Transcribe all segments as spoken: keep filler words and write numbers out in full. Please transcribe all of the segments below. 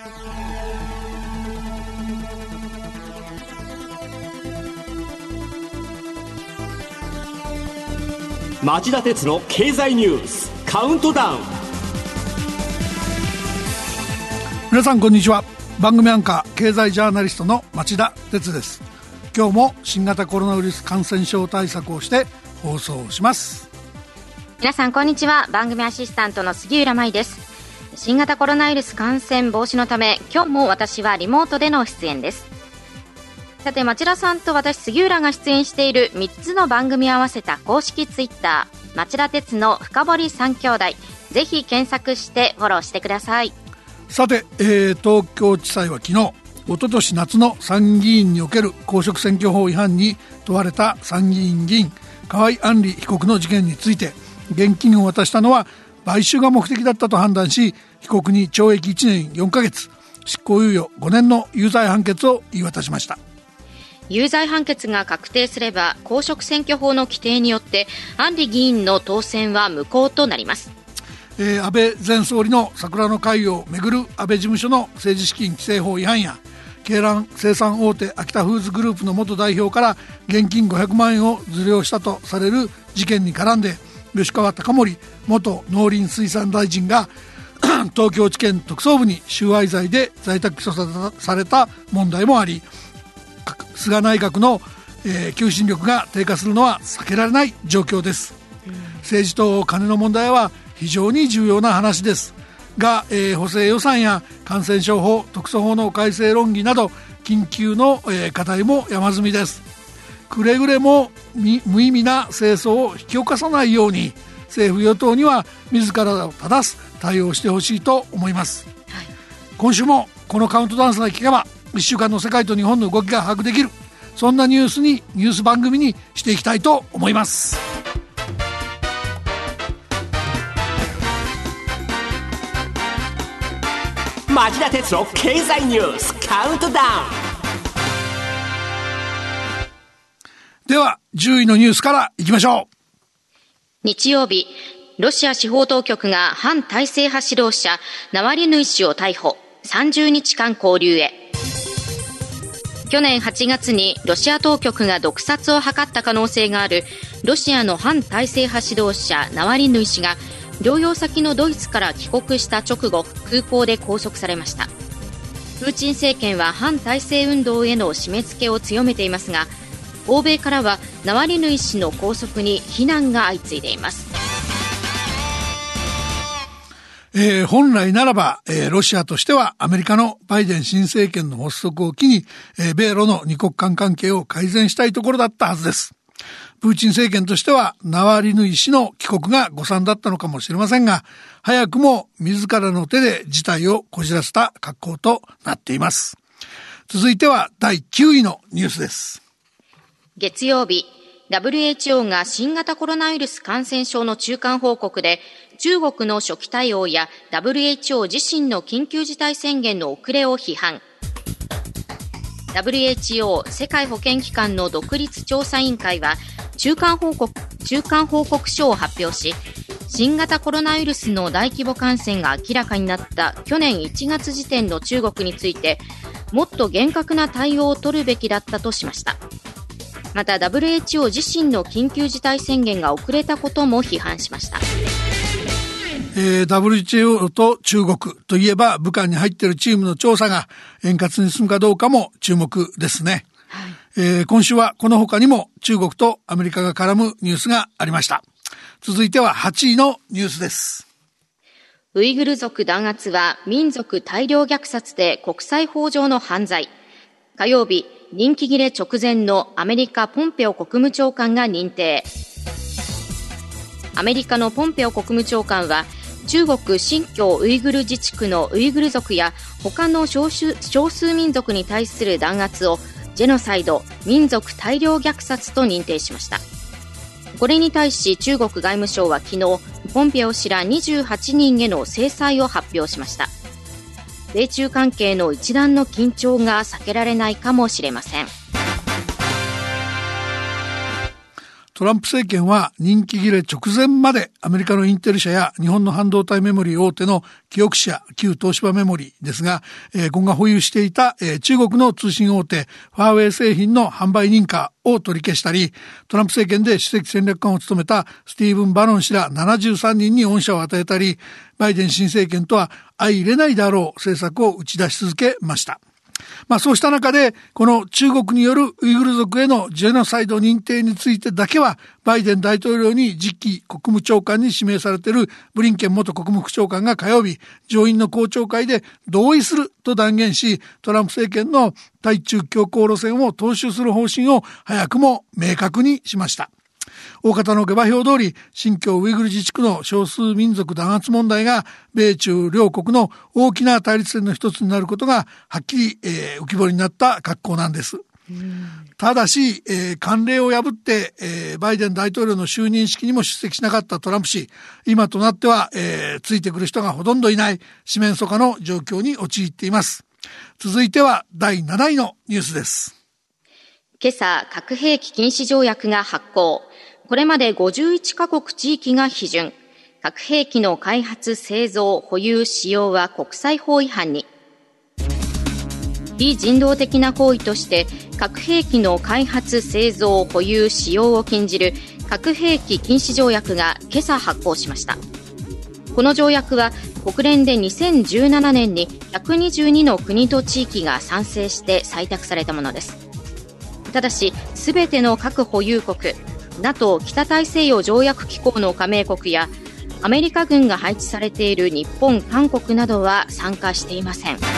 町田鉄の経済ニュースカウントダウン。 皆さんこんにちは。番組アンカー経済ジャーナリストの町田鉄です。今日も新型コロナウイルス感染症対策をして放送します。 皆さんこんにちは。番組アシスタントの杉浦舞です。新型コロナウイルス感染防止のため今日も私はリモートでの出演です。さて町田さんと私杉浦が出演しているみっつの番組を合わせた公式ツイッター町田鉄の深堀三兄弟、ぜひ検索してフォローしてください。 さて、えー、東京地裁は昨日一昨年夏の参議院における公職選挙法違反に問われた参議院議員河井案里被告の事件について現金を渡したのは買収が目的だったと判断し、被告に懲役いちねんよんかげつ執行猶予ごねんの有罪判決を言い渡しました。 有罪判決が確定すれば公職選挙法の規定によって案里議員の当選は無効となります。 えー、安倍前総理の桜の会をめぐる安倍事務所の政治資金規正法違反や鶏卵生産大手秋田フーズグループの元代表から現金ごひゃくまんえんを受領したとされる事件に絡んで吉川貴盛元農林水産大臣が東京地検特捜部に収賄罪で在宅起訴された問題もあり、菅内閣の、えー、求心力が低下するのは避けられない状況です。うん、政治と金の問題は非常に重要な話ですが、えー、補正予算や感染症法特措法の改正論議など緊急の、えー、課題も山積みです。くれぐれも無意味な政争を引き起こさないように政府与党には自らを正す対応してほしいと思います。はい、今週もこのカウントダウンさえ聞けばいっしゅうかんの世界と日本の動きが把握できる、そんなニュースにニュース番組にしていきたいと思います。 町田鉄の経済ニュースカウントダウン。 ではじゅういのニュースからいきましょう。 日曜日、ロシア司法当局が反体制派指導者ナワリヌイ氏を逮捕、さんじゅうにちかん勾留へ。去年はちがつにロシア当局が毒殺を図った可能性があるロシアの反体制派指導者ナワリヌイ氏が療養先のドイツから帰国した直後、空港で拘束されました。プーチン政権は反体制運動への締め付けを強めていますが、欧米からはナワリヌイ氏の拘束に非難が相次いでいます。 えー、本来ならば、えー、ロシアとしてはアメリカのバイデン新政権の発足を機に、えー、米ロの二国間関係を改善したいところだったはずです。プーチン政権としてはナワリヌイ氏の帰国が誤算だったのかもしれませんが、早くも自らの手で事態をこじらせた格好となっています。続いてはだいきゅういのニュースです。 月曜日、ダブリューエイチオー が新型コロナウイルス感染症の中間報告で中国の初期対応や ダブリューエイチオー 自身の緊急事態宣言の遅れを批判。 ダブリューエイチオー 世界保健機関の独立調査委員会は中間報告、中間報告書を発表し、新型コロナウイルスの大規模感染が明らかになった去年いちがつ時点の中国についてもっと厳格な対応を取るべきだったとしました。また ダブリューエイチオー 自身の緊急事態宣言が遅れたことも批判しました。 えー、ダブリューエイチオー と中国といえば武漢に入っているチームの調査が円滑に進むかどうかも注目ですね。はい、えー、今週はこの他にも中国とアメリカが絡むニュースがありました。続いてははちいのニュースです。 ウイグル族弾圧は民族大量虐殺で国際法上の犯罪。火曜日、任期切れ直前のアメリカポンペオ国務長官が認定。アメリカのポンペオ国務長官は中国新疆ウイグル自治区のウイグル族や他の少数、少数民族に対する弾圧をジェノサイド、民族大量虐殺と認定しました。これに対し中国外務省は昨日、ポンペオ氏らにじゅうはちにんへの制裁を発表しました。米中関係の一段の緊張が避けられないかもしれません。 トランプ政権は任期切れ直前までアメリカのインテル社や日本の半導体メモリー大手のキオクシア、旧東芝メモリーですが、えー、今後保有していた、えー、中国の通信大手ファーウェイ製品の販売認可を取り消したり、トランプ政権で首席戦略官を務めたスティーブン・バノン氏らななじゅうさんにんに恩赦を与えたり、バイデン新政権とは相入れないであろう政策を打ち出し続けました。まあそうした中で、この中国によるウイグル族へのジェノサイド認定についてだけは、バイデン大統領に次期国務長官に指名されているブリンケン元国務副長官が火曜日、上院の公聴会で同意すると断言し、トランプ政権の対中強硬路線を踏襲する方針を早くも明確にしました。大方の下馬評通り、新疆ウイグル自治区の少数民族弾圧問題が米中両国の大きな対立点の一つになることがはっきり、えー、浮き彫りになった格好なんです。ただし、えー、慣例を破って、えー、バイデン大統領の就任式にも出席しなかったトランプ氏、今となっては、えー、ついてくる人がほとんどいない四面楚歌の状況に陥っています。続いてはだいなないのニュースです。 今朝、核兵器禁止条約が発効。これまでごじゅういちカ国地域が批准。核兵器の開発、製造、保有、使用は国際法違反に。非人道的な行為として核兵器の開発、製造、保有、使用を禁じる核兵器禁止条約が今朝発効しました。この条約は国連でにせんじゅうななねんにひゃくにじゅうにの国と地域が賛成して採択されたものです。ただし、すべての核保有国、NATO 北大西洋条約機構の加盟国やアメリカ軍が配置されている日本、韓国などは参加していません。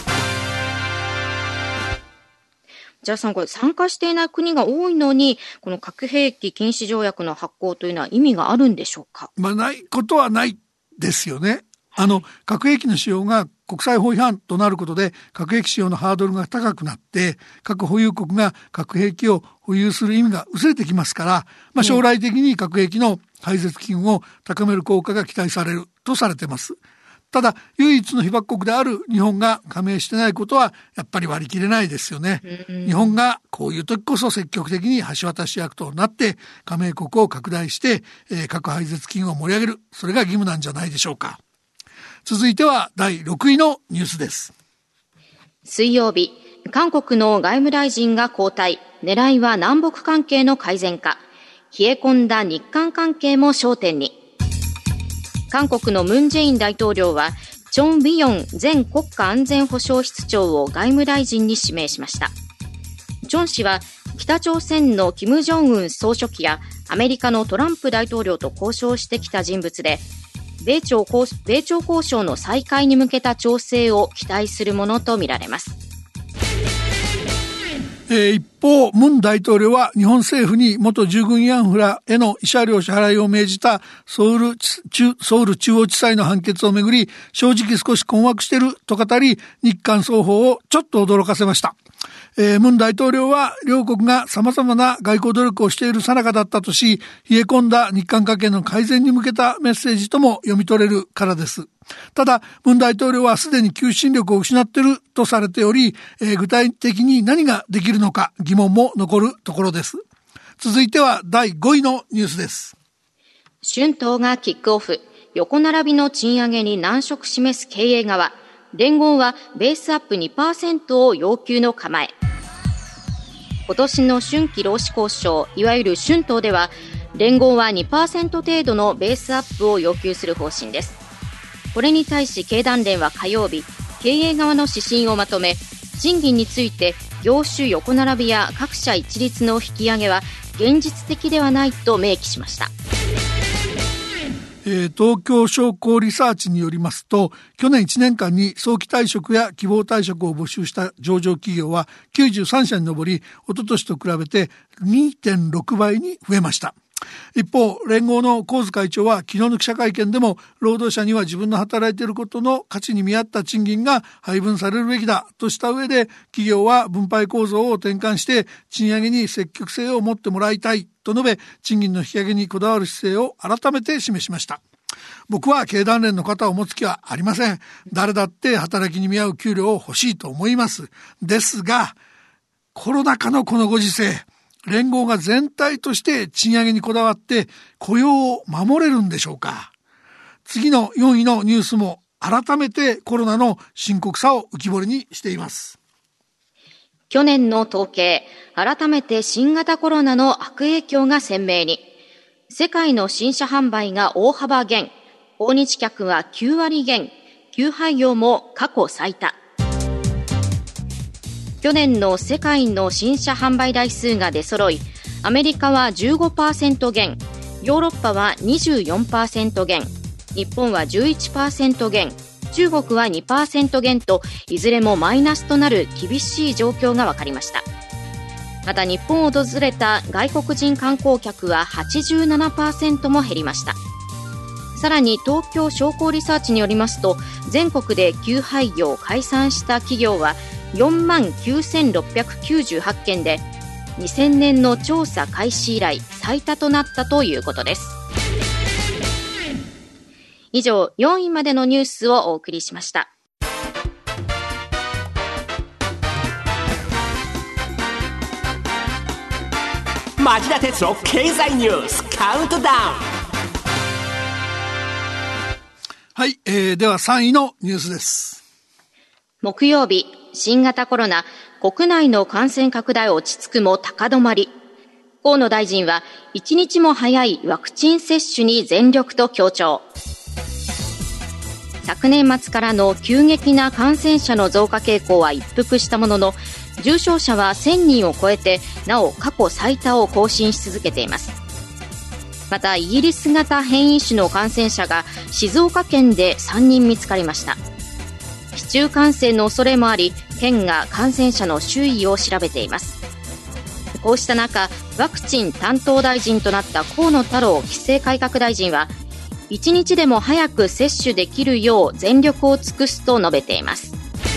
じゃあさん、これ参加していない国が多いのに、この核兵器禁止条約の発効というのは意味があるんでしょうか。 まあ、ないことはないですよね。あの核兵器の使用が国際法違反となることで、核兵器使用のハードルが高くなって、核保有国が核兵器を保有する意味が薄れてきますから、まあ、将来的に核兵器の廃絶機運を高める効果が期待されるとされています。ただ唯一の被爆国である日本が加盟してないことはやっぱり割り切れないですよね。日本がこういう時こそ積極的に橋渡し役となって加盟国を拡大して、えー、核廃絶機運を盛り上げる、それが義務なんじゃないでしょうか。続いてはだいろくいのニュースです。 水曜日、韓国の外務大臣が交代。狙いは南北関係の改善か。冷え込んだ日韓関係も焦点に。韓国のムン・ジェイン大統領はチョン・ウィヨン前国家安全保障室長を外務大臣に指名しました。チョン氏は北朝鮮のキム・ジョンウン総書記やアメリカのトランプ大統領と交渉してきた人物で、米朝交、米朝交渉の再開に向けた調整を期待するものとみられます。 えー、一方、ムン大統領は日本政府に元従軍慰安婦らへの慰謝料支払いを命じたソウル中、ソウル中央地裁の判決をめぐり、正直少し困惑していると語り、日韓双方をちょっと驚かせました。えー、ムン大統領は両国が様々な外交努力をしている最中だったとし、冷え込んだ日韓関係の改善に向けたメッセージとも読み取れるからです。ただ、ムン大統領はすでに求心力を失っているとされており、えー、具体的に何ができるのか疑問も残るところです。続いてはだいごいのニュースです。 春闘がキックオフ。横並びの賃上げに難色示す経営側。連合はベースアップ にパーセント を要求の構え。今年の春季労使交渉、いわゆる春闘では、連合は にパーセント 程度のベースアップを要求する方針です。これに対し経団連は火曜日、経営側の指針をまとめ、賃金について業種横並びや各社一律の引き上げは現実的ではないと明記しました。 えー、東京商工リサーチによりますと、去年いちねんかんに早期退職や希望退職を募集した上場企業はきゅうじゅうさんしゃに上り、一昨年と比べて にてんろくばいに増えました。一方、連合の神津会長は昨日の記者会見でも、労働者には自分の働いていることの価値に見合った賃金が配分されるべきだとした上で、企業は分配構造を転換して賃上げに積極性を持ってもらいたいと述べ、賃金の引き上げにこだわる姿勢を改めて示しました。僕は経団連の肩を持つ気はありません。誰だって働きに見合う給料を欲しいと思います。ですが、コロナ禍のこのご時世、 連合が全体として賃上げにこだわって雇用を守れるんでしょうか。次のよんいのニュースも改めてコロナの深刻さを浮き彫りにしています。 去年の統計、改めて新型コロナの悪影響が鮮明に。世界の新車販売が大幅減、訪日客はきゅうわり減、休廃業も過去最多。去年の世界の新車販売台数が出揃い、アメリカは じゅうごパーセント 減、ヨーロッパは にじゅうよんパーセント 減、日本は じゅういちパーセント 減、中国は にパーセント 減と、いずれもマイナスとなる厳しい状況が分かりました。また日本を訪れた外国人観光客は はちじゅうななパーセント も減りました。さらに東京商工リサーチによりますと、全国で休廃業を解散した企業はよんまんきゅうせんろっぴゃくきゅうじゅうはちけんで、にせんねんの調査開始以来最多となったということです。以上、よんいまでのニュースをお送りしました。 町田鉄の経済ニュースカウントダウン。 はい、えー、ではさんいのニュースです。 木曜日、新型コロナ、国内の感染拡大落ち着くも高止まり。河野大臣は、一日も早いワクチン接種に全力と強調。昨年末からの急激な感染者の増加傾向は一服したものの、重症者はせんにんを超えて、なお過去最多を更新し続けています。また、イギリス型変異種の感染者が静岡県でさんにん見つかりました。市中感染の恐れもあり、県が感染者の周囲を調べています。こうした中、ワクチン担当大臣となった河野太郎規制改革大臣は、一日でも早く接種できるよう全力を尽くすと述べています。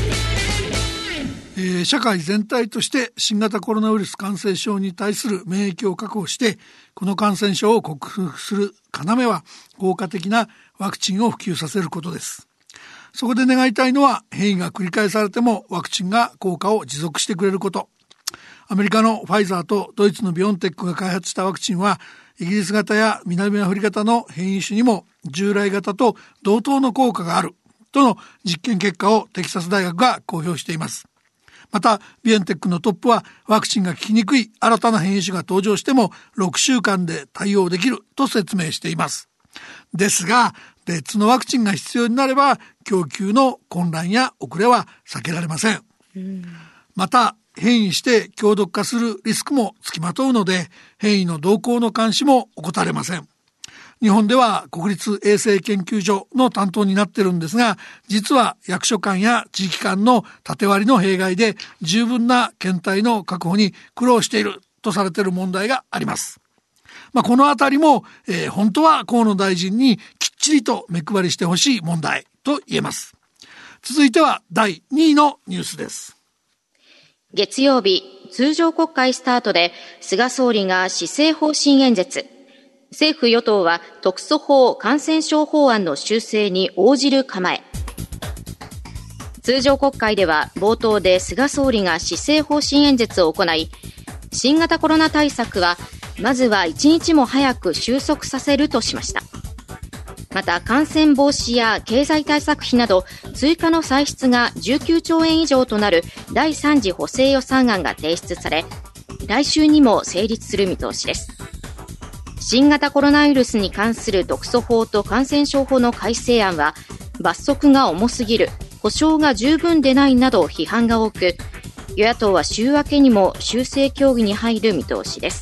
えー、社会全体として新型コロナウイルス感染症に対する免疫を確保して、この感染症を克服する要は効果的なワクチンを普及させることです。そこで願いたいのは、変異が繰り返されてもワクチンが効果を持続してくれること。アメリカのファイザーとドイツのビオンテックが開発したワクチンは、イギリス型や南アフリカ型の変異種にも従来型と同等の効果があるとの実験結果をテキサス大学が公表しています。また、ビオンテックのトップは、ワクチンが効きにくい新たな変異種が登場してもろくしゅうかんで対応できると説明しています。ですが、別のワクチンが必要になれば供給の混乱や遅れは避けられません。うん、また、変異して強毒化するリスクもつきまとうので、変異の動向の監視も怠れません。日本では国立衛生研究所の担当になっているんですが、実は役所間や地域間の縦割りの弊害で十分な検体の確保に苦労しているとされている問題があります。まあ、このあたりも、えー、本当は河野大臣にきっちりと目配りしてほしい問題と言えます。続いてはだいにいのニュースです。 月曜日、通常国会スタートで菅総理が施政方針演説。政府与党は特措法感染症法案の修正に応じる構え。通常国会では冒頭で菅総理が施政方針演説を行い、新型コロナ対策はまずは一日も早く収束させるとしました。また、感染防止や経済対策費など追加の歳出がじゅうきゅうちょうえん以上となるだいさん次補正予算案が提出され、来週にも成立する見通しです。新型コロナウイルスに関する特措法と感染症法の改正案は、罰則が重すぎる、保障が十分でないなど批判が多く、与野党は週明けにも修正協議に入る見通しです。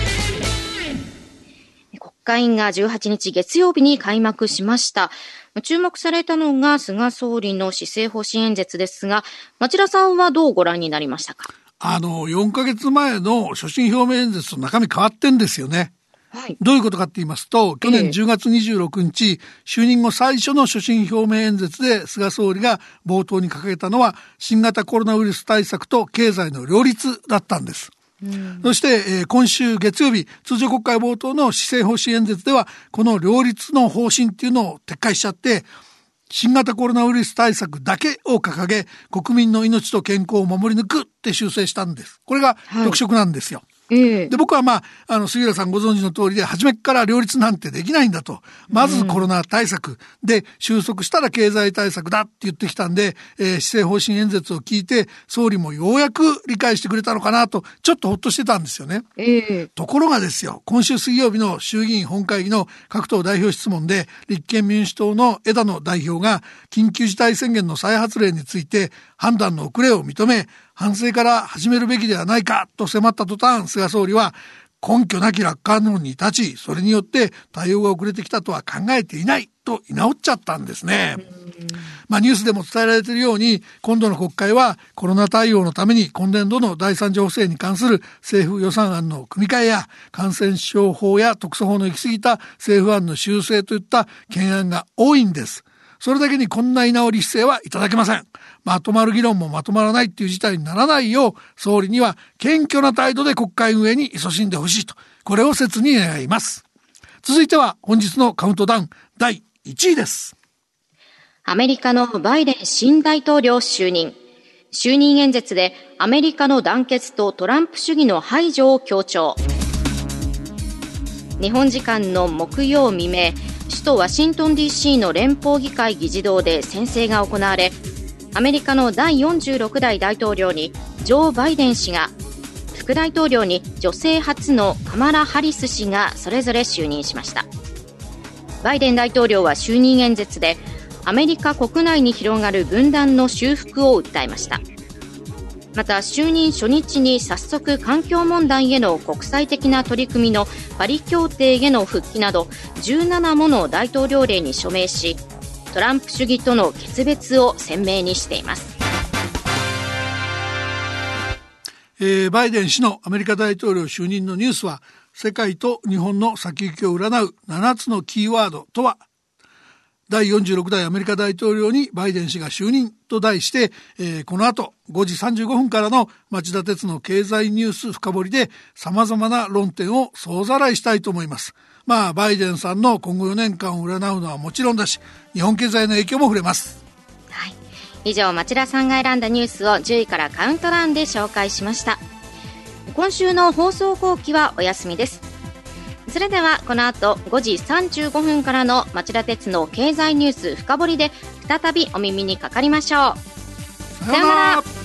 国会がじゅうはちにち月曜日に開幕しました。注目されたのが菅総理の施政方針演説ですが、町田さんはどうご覧になりましたか？ あのよんかげつまえの所信表明演説と中身変わってんですよね。はい、どういうことかって言いますと、去年じゅうがつにじゅうろくにち、えー、就任後最初の所信表明演説で菅総理が冒頭に掲げたのは、新型コロナウイルス対策と経済の両立だったんです。うん、そして、えー、今週月曜日、通常国会冒頭の施政方針演説では、この両立の方針っていうのを撤回しちゃって、新型コロナウイルス対策だけを掲げ、国民の命と健康を守り抜くって修正したんです。これが特色なんですよ。はい、 で僕はまあ、あの杉浦さんご存知の通りで、初めから両立なんてできないんだと、まずコロナ対策で収束したら経済対策だって言ってきたんで、えー、施政方針演説を聞いて総理もようやく理解してくれたのかなとちょっとほっとしてたんですよね、えー、ところがですよ、今週水曜日の衆議院本会議の各党代表質問で立憲民主党の枝野代表が緊急事態宣言の再発令について判断の遅れを認め、反省から始めるべきではないかと迫った途端、菅総理は根拠なき楽観論に立ち、それによって対応が遅れてきたとは考えていないと居直っちゃったんですね。まあニュースでも伝えられているように、今度の国会はコロナ対応のために今年度の第三次補正に関する政府予算案の組み替えや感染症法や特措法の行き過ぎた政府案の修正といった懸案が多いんです。それだけにこんな居直り姿勢はいただけません。まとまる議論もまとまらないっていう事態にならないよう、総理には謙虚な態度で国会運営に勤しんでほしいと、これを切に願います。続いては本日のカウントダウンだいいちいです。 アメリカのバイデン新大統領就任。就任演説でアメリカの団結とトランプ主義の排除を強調。日本時間の木曜未明、首都ワシントン ディーシー の連邦議会議事堂で宣誓が行われ、アメリカのだいよんじゅうろくだい大統領にジョー・バイデン氏が、副大統領に女性初のカマラ・ハリス氏がそれぞれ就任しました。バイデン大統領は就任演説で、アメリカ国内に広がる分断の修復を訴えました。また就任初日に早速環境問題への国際的な取り組みのパリ協定への復帰などじゅうななもの大統領令に署名し、トランプ主義との決別を鮮明にしています。 えー、バイデン氏のアメリカ大統領就任のニュースは、世界と日本の先行きを占うななつのキーワードとは、だいよんじゅうろくだいアメリカ大統領にバイデン氏が就任と題して、えー、この後ごじさんじゅうごふんからの町田鉄の経済ニュース深掘りで様々な論点を総ざらいしたいと思います。まあバイデンさんの今後よねんかんを占うのはもちろんだし、日本経済の影響も触れます。 はい、以上町田さんが選んだニュースをじゅういからカウントダウンで紹介しました。今週の放送後期はお休みです。それではこの後ごじさんじゅうごふんからの町田鉄の経済ニュース深掘りで再びお耳にかかりましょう。 さようなら。